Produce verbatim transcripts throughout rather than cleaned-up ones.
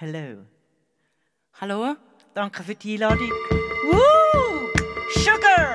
Hello. Hallo, danke für die Einladung. Woo! Sugar!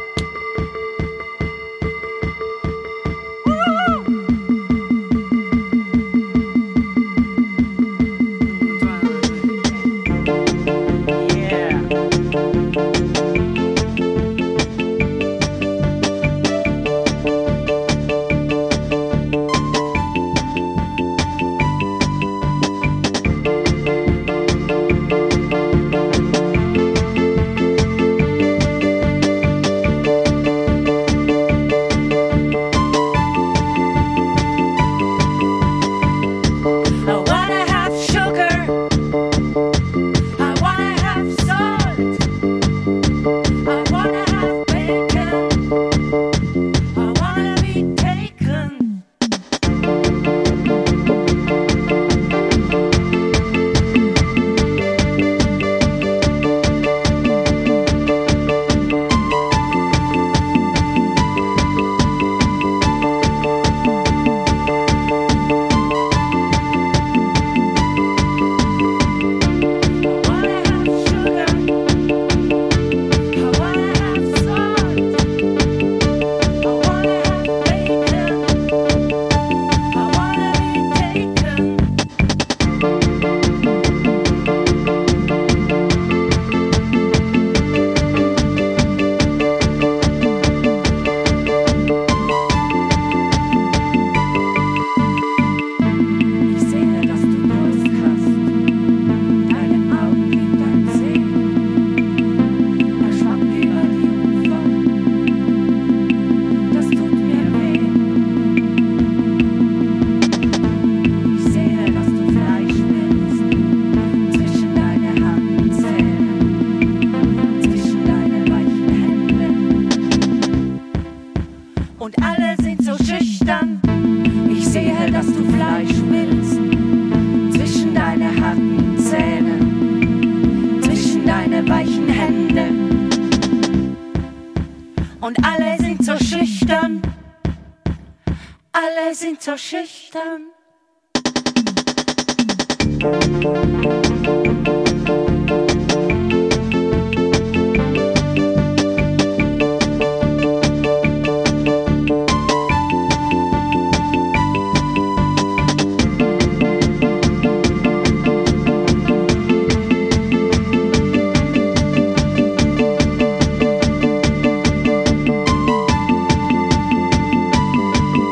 So schüchtern.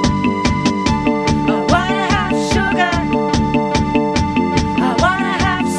I wanna have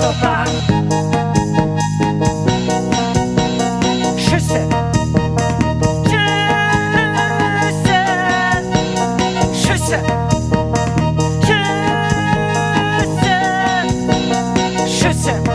Autobahn. Schüsse. Schüsse. Schüsse. Schüsse. Schüsse.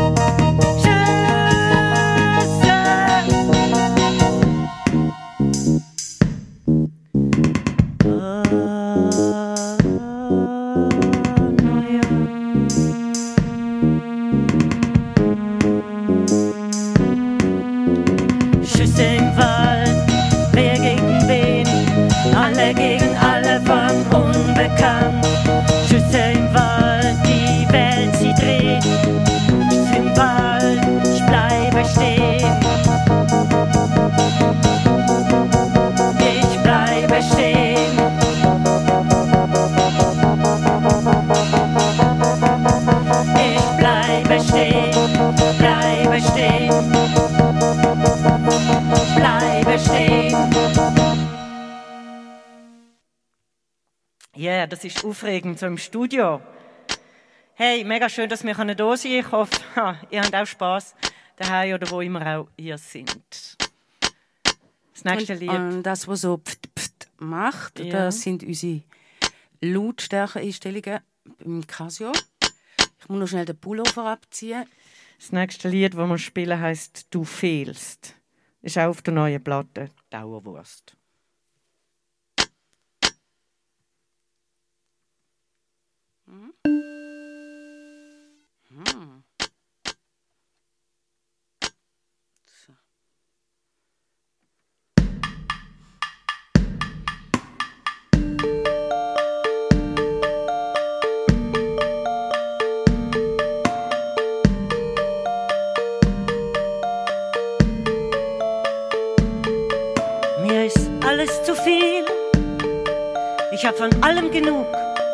Schüsse im Wald, wer gegen wen, alle gegen alle von unbekannt. Schüsse im Wald, die Welt sie dreht. Schüsse im Wald, ich bleibe stehen. Ich bleibe stehen. Ich bleibe stehen, bleibe stehen. Bleibe stehen. Ja, yeah, das ist aufregend, so im Studio. Hey, mega schön, dass wir hier sein können. Ich hoffe, ha, ihr habt auch Spass daheim oder wo immer auch ihr seid. Das nächste und, Lied. Und das, was so pft, pft macht, Ja. das sind unsere Lautstärke-Einstellungen im Casio. Ich muss noch schnell den Pullover abziehen. Das nächste Lied, das wir spielen, heisst «Du fehlst». Ist auch auf der neuen Platte «Dauerwurst». Hm. Hm. So. Mir ist alles zu viel, ich hab von allem genug.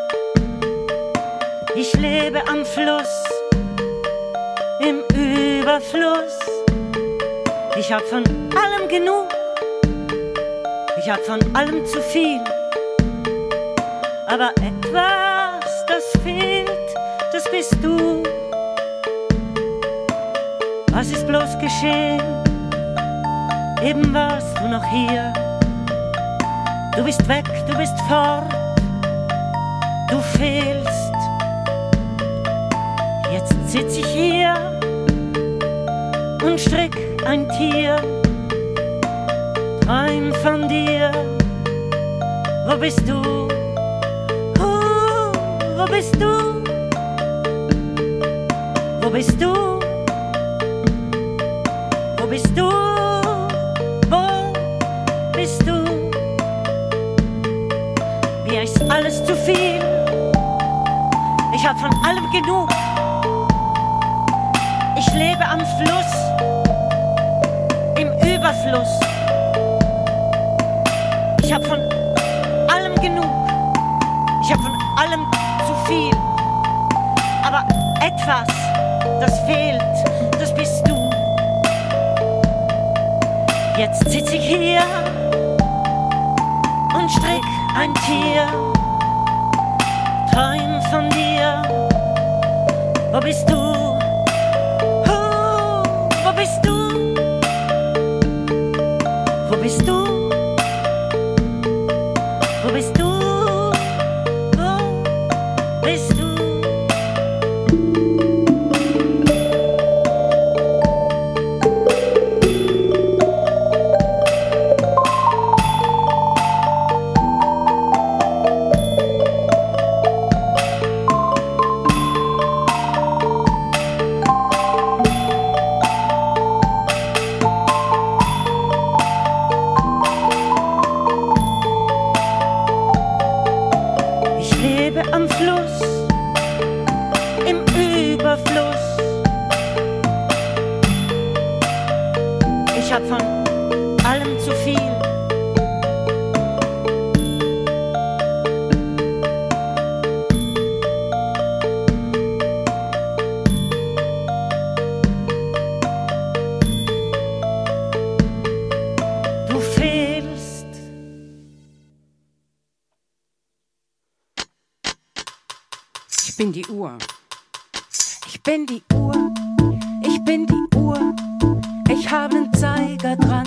Ich lebe am Fluss, im Überfluss. Ich hab von allem genug, ich hab von allem zu viel. Aber etwas, das fehlt, das bist du. Was ist bloß geschehen? Eben warst du noch hier. Du bist weg, du bist fort, du fehlst. Jetzt sitz ich hier und strick ein Tier. Träum von dir. Wo bist du? Oh, wo bist du? Wo bist du? Wo bist du? Wo bist du? Mir ist alles zu viel. Ich hab von allem genug. Ich lebe am Fluss, im Überfluss. Ich hab von allem genug. Ich hab von allem zu viel. Aber etwas, das fehlt, das bist du. Jetzt sitz ich hier und strick ein Tier. Träum von dir. Wo bist du? Oh, wo bist du? Wo bist du? Wo bist du? Wo bist du? Am Fluss, im Überfluss. Ich hab von allem zu viel. Du fehlst. Ich bin die Uhr. Ich bin die Uhr, ich bin die Uhr, ich habe einen Zeiger dran.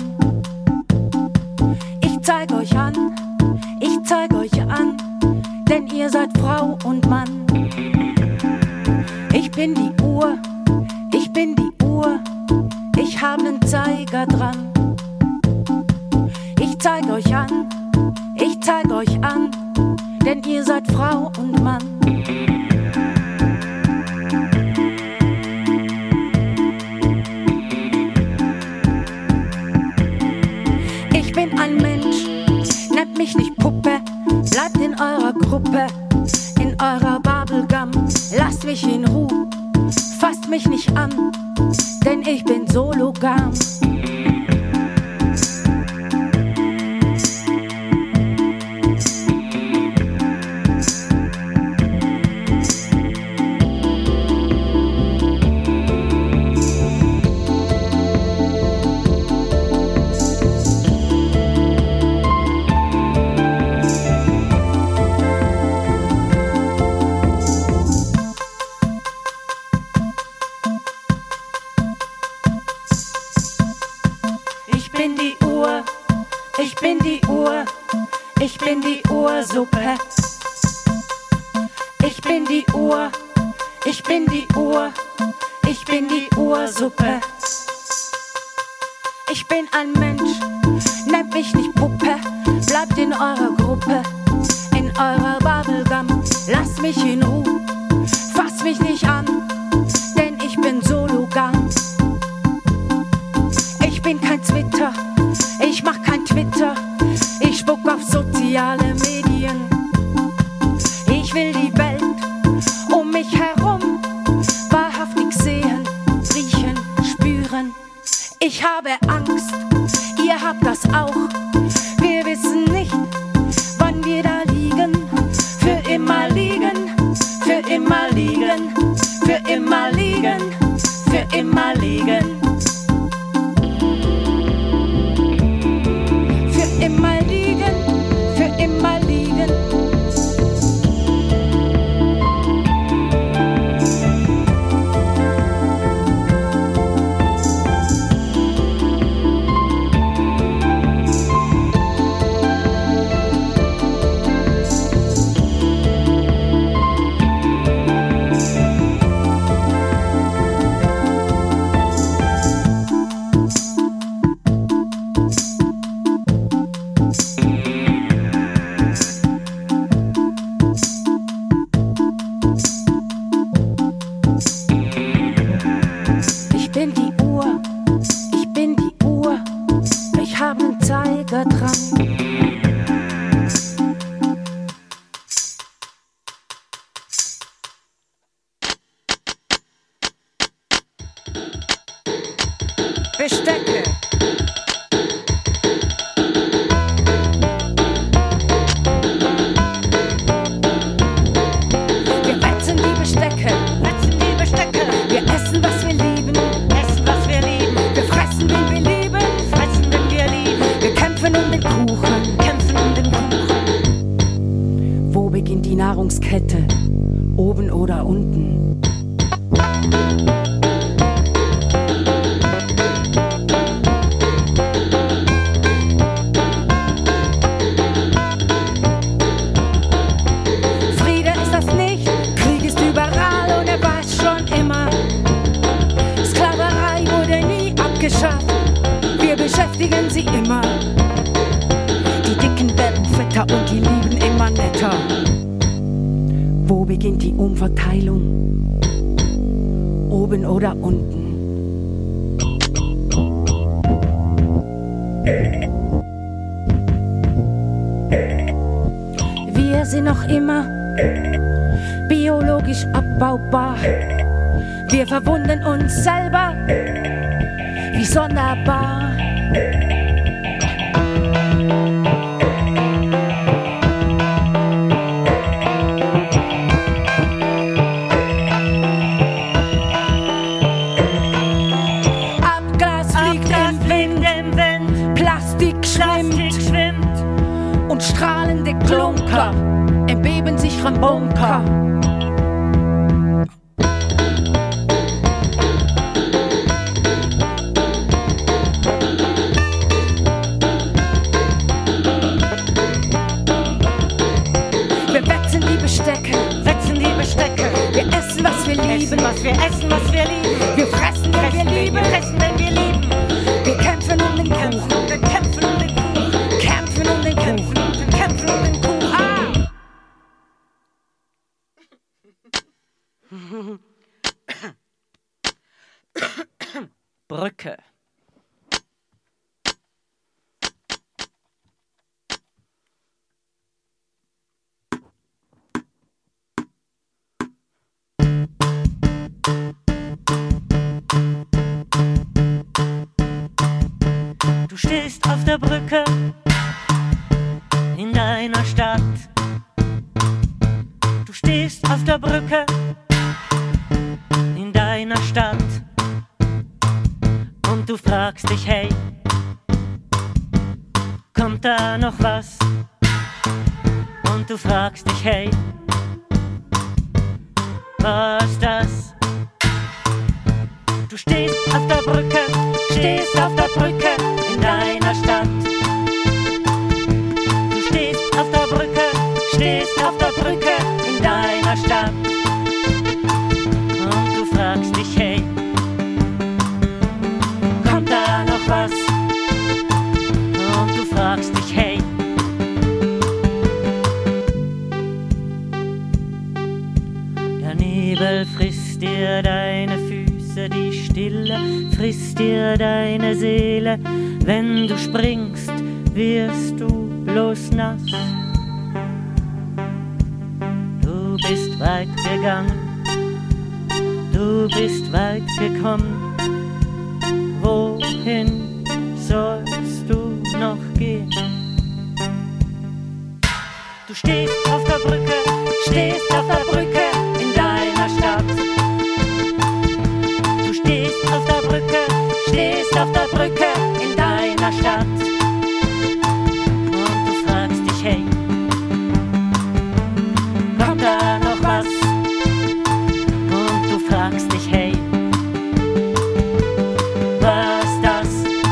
Ich zeig euch an, ich zeig euch an, denn ihr seid Frau und Mann. Ich bin die Uhr, ich bin die Uhr, ich habe einen Zeiger dran. Ich zeig euch an, ich zeig euch an, denn ihr seid Frau und Mann. Ich bin ein Mensch, nennt mich nicht Puppe, bleibt in eurer Gruppe, in eurer Bubblegum, lasst mich in Ruhe, fasst mich nicht an, denn ich bin Sologam. Suppe. Ich bin die Uhr, ich bin die Uhr, ich bin die Ursuppe. Ich bin ein Mensch, nennt mich nicht Puppe, bleibt in eurer Gruppe, in eurer Bubblegum, lasst mich in Ruhe, fasst mich nicht an, denn ich bin Sologam. Ich bin kein Twitter, ich mach kein Twitter, ich spuck auf soziale Medien. Ich will die Welt um mich herum wahrhaftig sehen, riechen, spüren. Ich habe Angst, ihr habt das auch. Wir wissen nicht, wann wir da liegen. Für immer liegen, für immer liegen, für immer liegen, für immer liegen. Für immer liegen, für immer liegen. Bestecke. Wir wetzen die Bestecke, wetzen die Bestecke. Wir essen, was wir lieben, essen, was wir lieben. Wir fressen, wen wir lieben, fressen, wen wir lieben. Wir kämpfen um den Kuchen, kämpfen um den Kuchen. Wo beginnt die Nahrungskette? Oben oder unten? Wir beschäftigen sie immer. Die Dicken werden fetter und die Lieben immer netter. Wo beginnt die Umverteilung? Oben oder unten? Wir sind noch immer biologisch abbaubar. Wir verwunden uns selber. Wie sonderbar. Abgas fliegt im Wind, Plastik schwimmt und strahlende Klunker im bebensicheren Bunker. lieben. Was wir essen, was wir lieben. Wir fressen, wenn wir lieben. Wir fressen, wenn wir lieben. Wir kämpfen um den Kuchen. Wir kämpfen um den Kuchen. Kämpfen um den Kuchen. Wir kämpfen um den Kuchen. Ah! Brücke. Du stehst auf der Brücke in deiner Stadt. Du stehst auf der Brücke in deiner Stadt. Und du fragst dich, hey, kommt da noch was? Und du fragst dich, hey, was das? Du stehst auf der Brücke, stehst auf der Brücke in deiner Stadt. Du stehst auf der Brücke, stehst auf der Brücke in deiner Stadt. Und du fragst dich, hey, kommt da noch was? Und du fragst dich, hey, der Nebel frisst dir deine Füße, die Stille frisst dir deine Seele. Wenn du springst, wirst du bloß nass. Du bist weit gegangen, du bist weit gekommen. Wohin sollst du noch gehen? Du stehst auf der Brücke, stehst auf der Brücke in deiner Stadt. Du stehst auf der Brücke, stehst auf der Brücke in deiner Stadt. Und du fragst dich, hey, kommt da noch was? Und du fragst dich, hey, was das?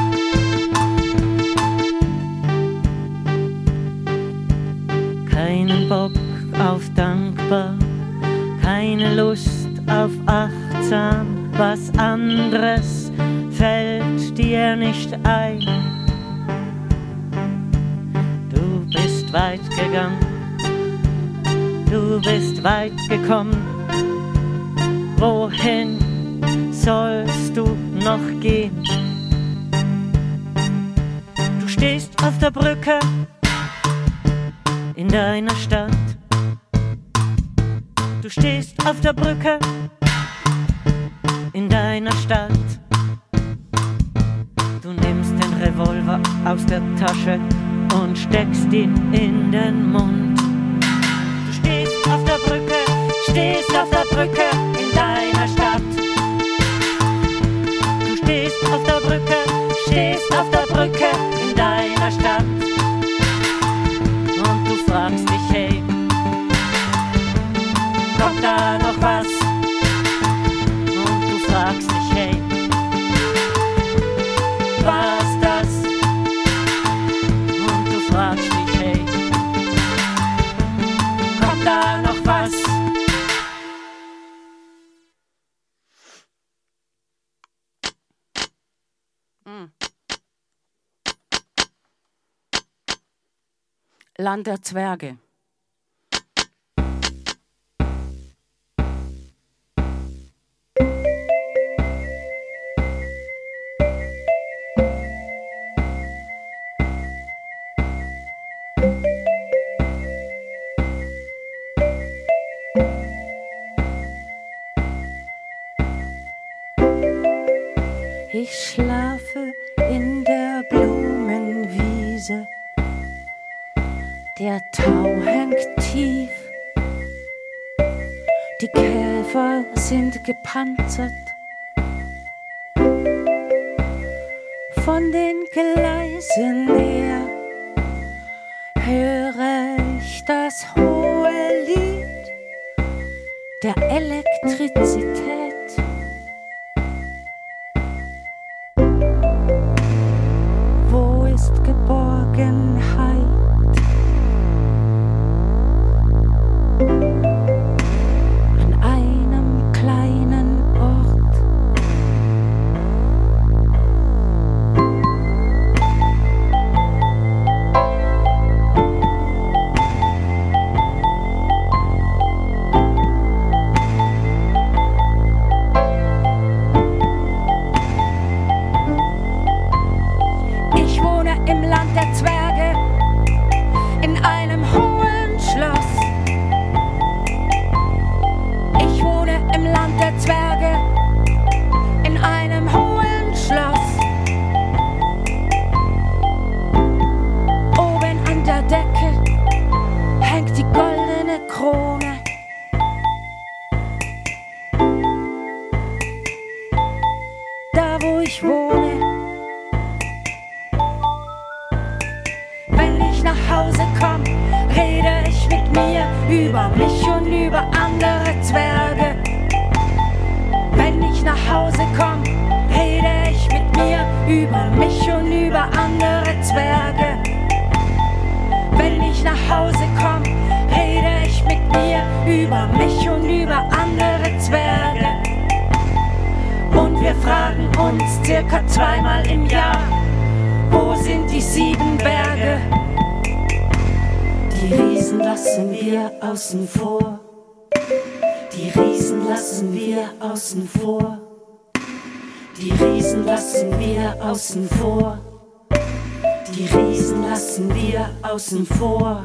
Keinen Bock auf dankbar, keine Lust auf achtsam. Was anderes fällt dir nicht ein. Du bist weit gegangen, du bist weit gekommen. Wohin sollst du noch gehen? Du stehst auf der Brücke in deiner Stadt. Du stehst auf der Brücke in deiner Stadt. Du nimmst den Revolver aus der Tasche und steckst ihn in den Mund. Du stehst auf der Brücke, stehst auf der Brücke in deiner Stadt. Du stehst auf der Brücke, stehst auf der Brücke in deiner Stadt. Und du fragst dich, hey, kommt da noch was? Und du fragst dich, hey, was das? Und du fragst dich, hey, kommt da noch was? Mm. Land der Zwerge. Ich schlafe in der Blumenwiese, der Tau hängt tief, die Käfer sind gepanzert, von den Gleisen her höre ich das hohe Lied der Elektrizität. Wo ist Geborgenheit? An einem kleinen ich wohne. Wenn ich nach Hause komm, rede ich mit mir über mich und über andere Zwerge. Wenn ich nach Hause komm, rede ich mit mir über mich und über andere Zwerge. Wenn ich nach Hause komm, rede ich mit mir über mich und über andere Zwerge. Und wir fragen uns circa zweimal im Jahr, wo sind die sieben Berge? Die Riesen lassen wir außen vor. Die Riesen lassen wir außen vor. Die Riesen lassen wir außen vor. Die Riesen lassen wir außen vor.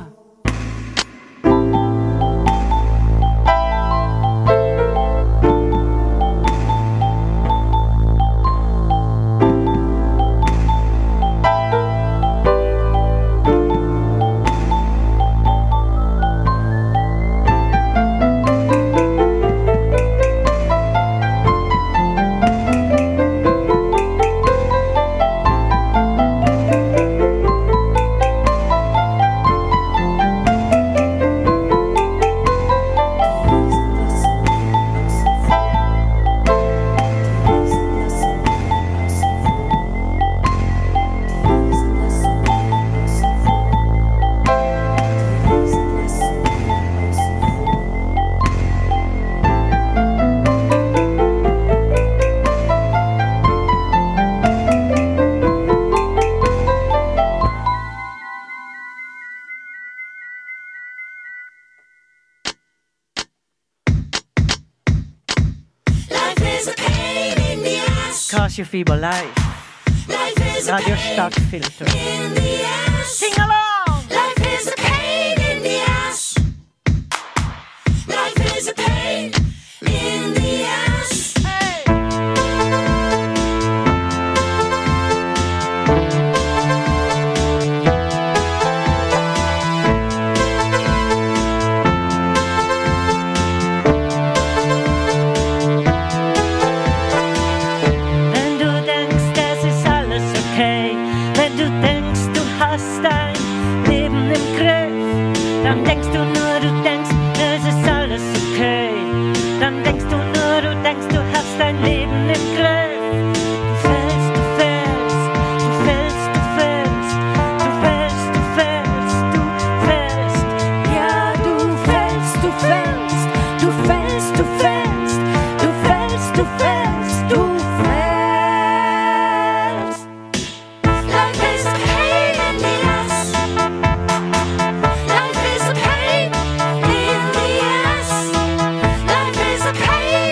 Cassiofiber live. Radio Stadtfilter. Sing along! Life is a pain in the ass. Life is a pain in the ass. Hey! Wenn du denkst, es ist alles okay, wenn du denkst, du hast dein Leben im Griff, dann denkst du nur, du denkst, es ist alles okay. Dann denkst du nur, du denkst, du hast dein Leben im Griff. Du fällst, du fällst, du fällst, du fällst, du fällst, du fällst, du fällst. Ja, du fällst, du fällst, du fällst, du fällst, du fällst, du fällst, du fällst. Life is a pain in the ass. Life is a pain in the ass. Life is a pain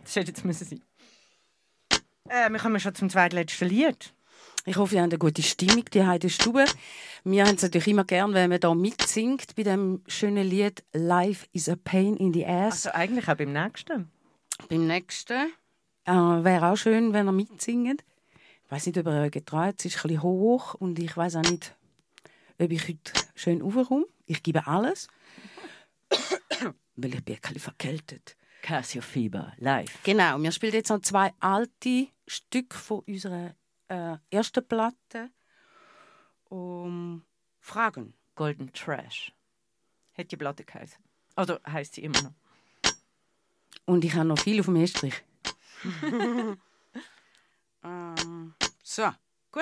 Das hätte jetzt müssen sein. Äh, wir kommen schon zum zweitletzten Lied. Ich hoffe, ihr habt eine gute Stimmung die in der Stube. Wir haben es natürlich immer gern, wenn man da mitsingt bei dem schönen Lied «Life is a pain in the ass». Also eigentlich auch beim nächsten. Beim nächsten äh, wäre auch schön, wenn ihr mitsingt. Ich weiss nicht, ob ihr euch getraut. Es ist ein bisschen hoch und ich weiss auch nicht, ob ich heute schön raufkomme. Ich gebe alles, weil ich bin ein bisschen verkältet. Casio-Fieber, live. Genau, wir spielen jetzt noch zwei alte Stücke von unserer äh, ersten Platte. Um Fragen. Golden Trash. Hat die Platte geheißen. Oder heisst sie immer noch. Und ich habe noch viel auf dem Estrich. ähm, so, gut.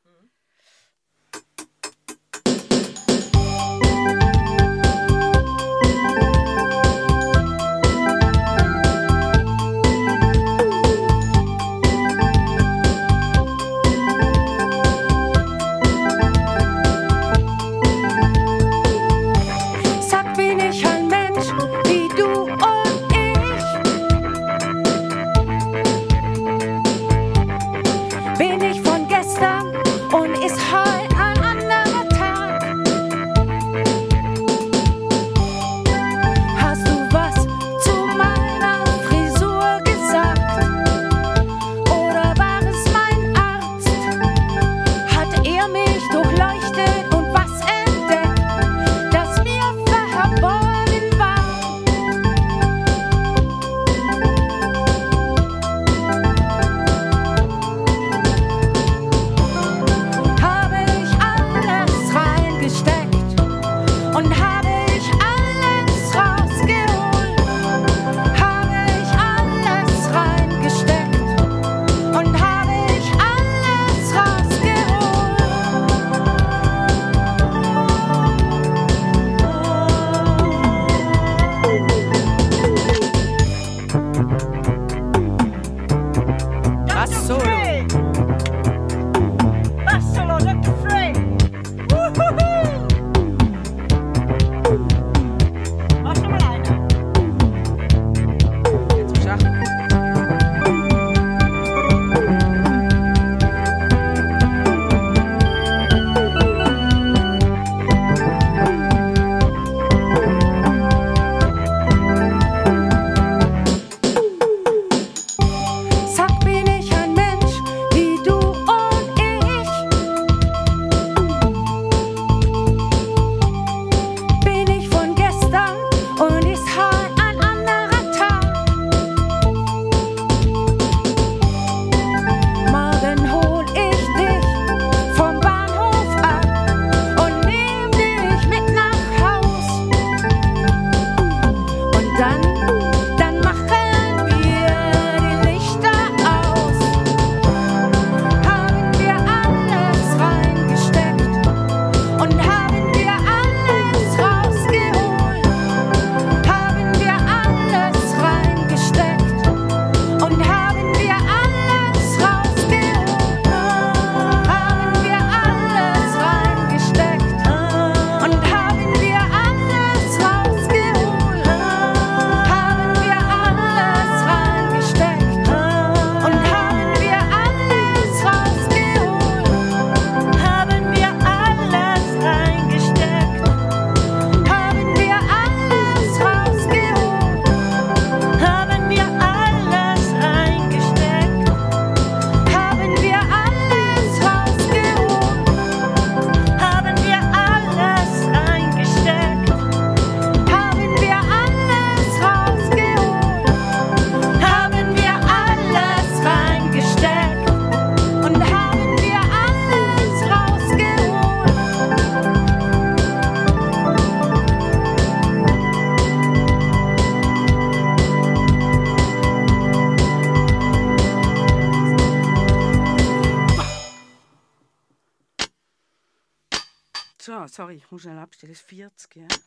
So, sorry, ich muss schnell abstellen. Es ist vierzig, ja.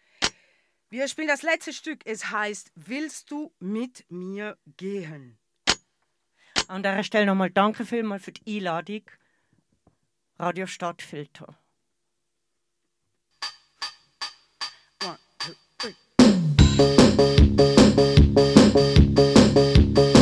Wir spielen das letzte Stück. Es heißt «Willst du mit mir gehen?» An dieser Stelle nochmal danke vielmals für die Einladung. Radio Stadtfilter. One, two, three.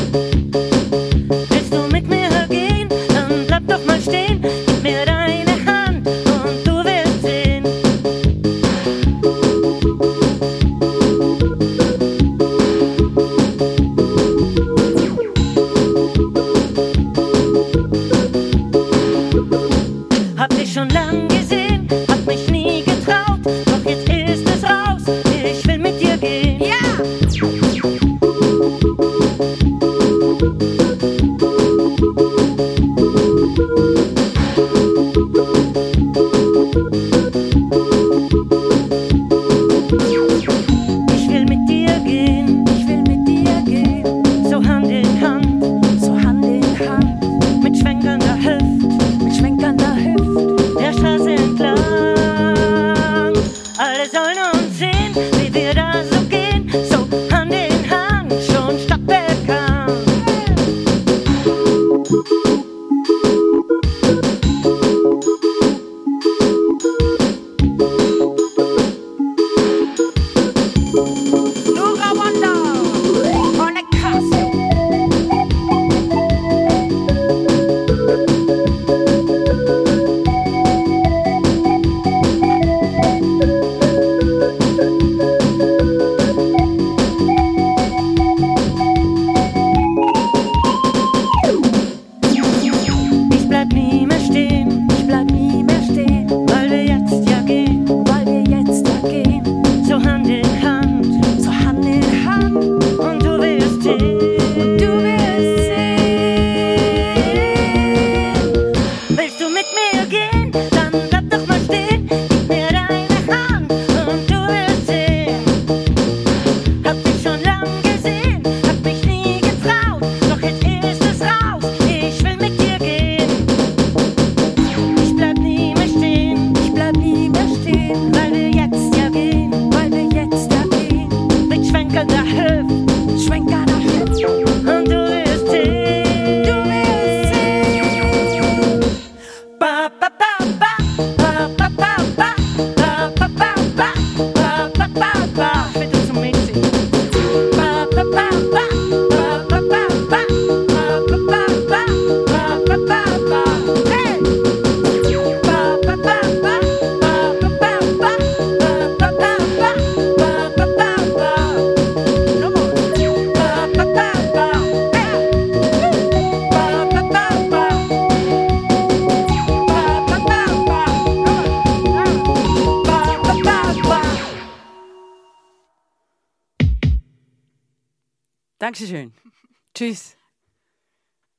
Dankeschön. Tschüss.